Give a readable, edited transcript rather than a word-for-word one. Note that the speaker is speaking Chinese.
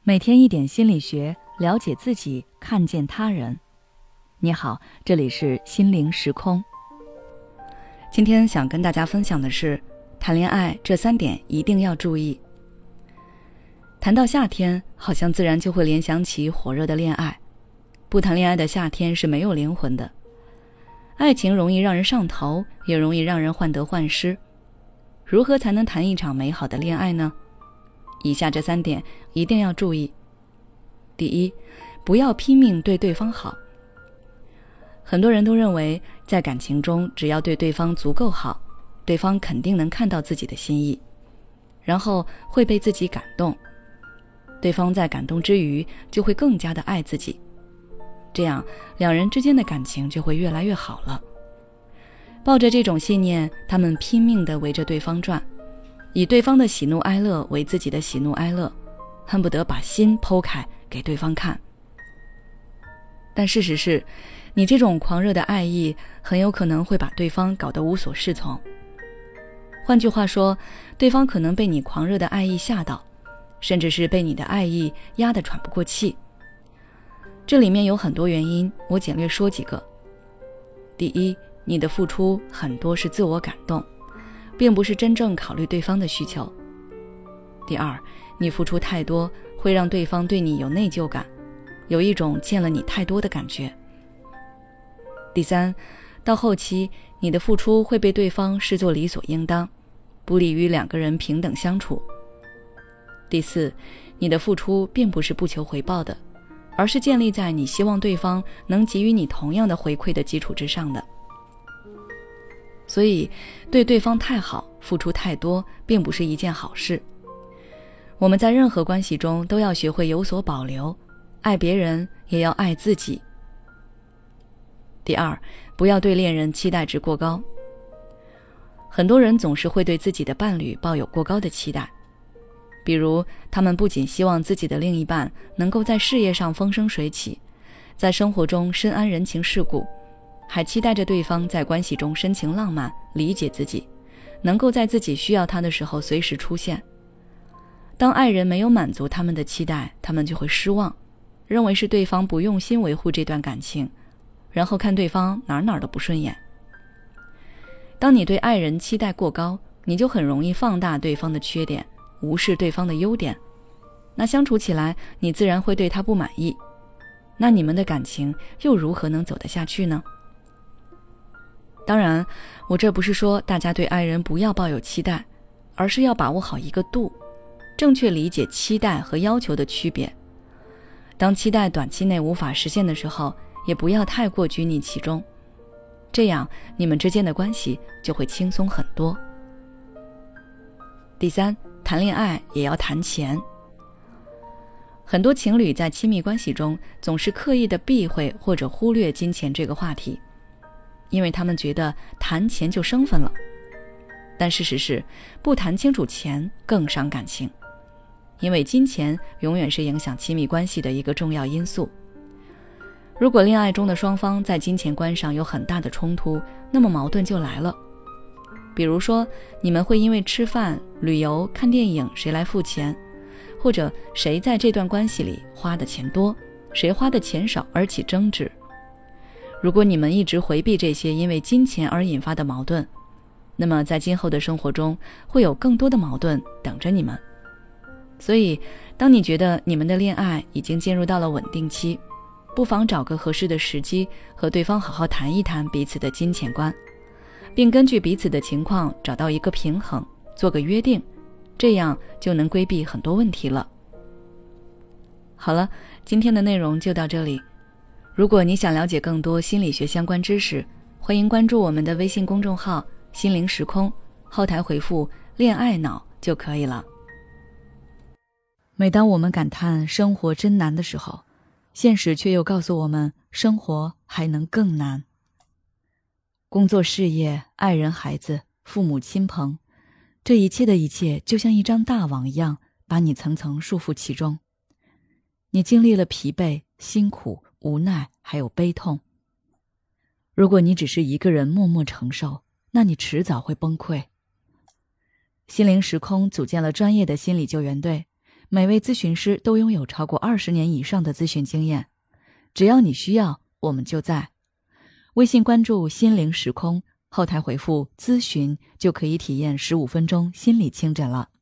每天一点心理学，了解自己，看见他人。你好，这里是心灵时空。今天想跟大家分享的是，谈恋爱这3点一定要注意。谈到夏天，好像自然就会联想起火热的恋爱。不谈恋爱的夏天是没有灵魂的。爱情容易让人上头，也容易让人患得患失。如何才能谈一场美好的恋爱呢？以下这3点一定要注意。第一，不要拼命对对方好。很多人都认为，在感情中只要对对方足够好，对方肯定能看到自己的心意，然后会被自己感动。对方在感动之余，就会更加的爱自己。这样，两人之间的感情就会越来越好了。抱着这种信念，他们拼命地围着对方转，以对方的喜怒哀乐为自己的喜怒哀乐，恨不得把心剖开给对方看。但事实是，你这种狂热的爱意很有可能会把对方搞得无所适从。换句话说，对方可能被你狂热的爱意吓到，甚至是被你的爱意压得喘不过气。这里面有很多原因，我简略说几个。第一，你的付出很多是自我感动，并不是真正考虑对方的需求。第二，你付出太多，会让对方对你有内疚感，有一种欠了你太多的感觉。第三，到后期，你的付出会被对方视作理所应当，不利于2个人平等相处。第四，你的付出并不是不求回报的，而是建立在你希望对方能给予你同样的回馈的基础之上的。所以，对对方太好，付出太多，并不是一件好事。我们在任何关系中都要学会有所保留，爱别人也要爱自己。第二，不要对恋人期待值过高。很多人总是会对自己的伴侣抱有过高的期待，比如他们不仅希望自己的另一半能够在事业上风生水起，在生活中深谙人情世故，还期待着对方在关系中深情浪漫，理解自己，能够在自己需要他的时候随时出现。当爱人没有满足他们的期待，他们就会失望，认为是对方不用心维护这段感情，然后看对方哪儿都不顺眼。当你对爱人期待过高，你就很容易放大对方的缺点，无视对方的优点，那相处起来你自然会对他不满意，那你们的感情又如何能走得下去呢？当然，我这不是说大家对爱人不要抱有期待，而是要把握好一个度，正确理解期待和要求的区别。当期待短期内无法实现的时候，也不要太过拘泥其中，这样你们之间的关系就会轻松很多。第三，谈恋爱也要谈钱。很多情侣在亲密关系中总是刻意的避讳或者忽略金钱这个话题，因为他们觉得谈钱就生分了。但事实是，不谈清楚钱更伤感情，因为金钱永远是影响亲密关系的一个重要因素。如果恋爱中的双方在金钱观上有很大的冲突，那么矛盾就来了。比如说，你们会因为吃饭、旅游、看电影谁来付钱，或者谁在这段关系里花的钱多，谁花的钱少而起争执。如果你们一直回避这些因为金钱而引发的矛盾，那么在今后的生活中会有更多的矛盾等着你们。所以，当你觉得你们的恋爱已经进入到了稳定期，不妨找个合适的时机和对方好好谈一谈彼此的金钱观，并根据彼此的情况找到一个平衡，做个约定，这样就能规避很多问题了。好了，今天的内容就到这里。如果你想了解更多心理学相关知识，欢迎关注我们的微信公众号心灵时空，后台回复恋爱脑就可以了。每当我们感叹生活真难的时候，现实却又告诉我们生活还能更难。工作、事业、爱人、孩子、父母亲朋，这一切的一切就像一张大网一样，把你层层束缚其中。你经历了疲惫、辛苦、无奈，还有悲痛。如果你只是一个人默默承受，那你迟早会崩溃。心灵时空组建了专业的心理救援队， 每位咨询师都拥有超过20年以上的咨询经验，只要你需要，我们就在。微信关注心灵时空，后台回复咨询就可以体验15分钟心理清诊了。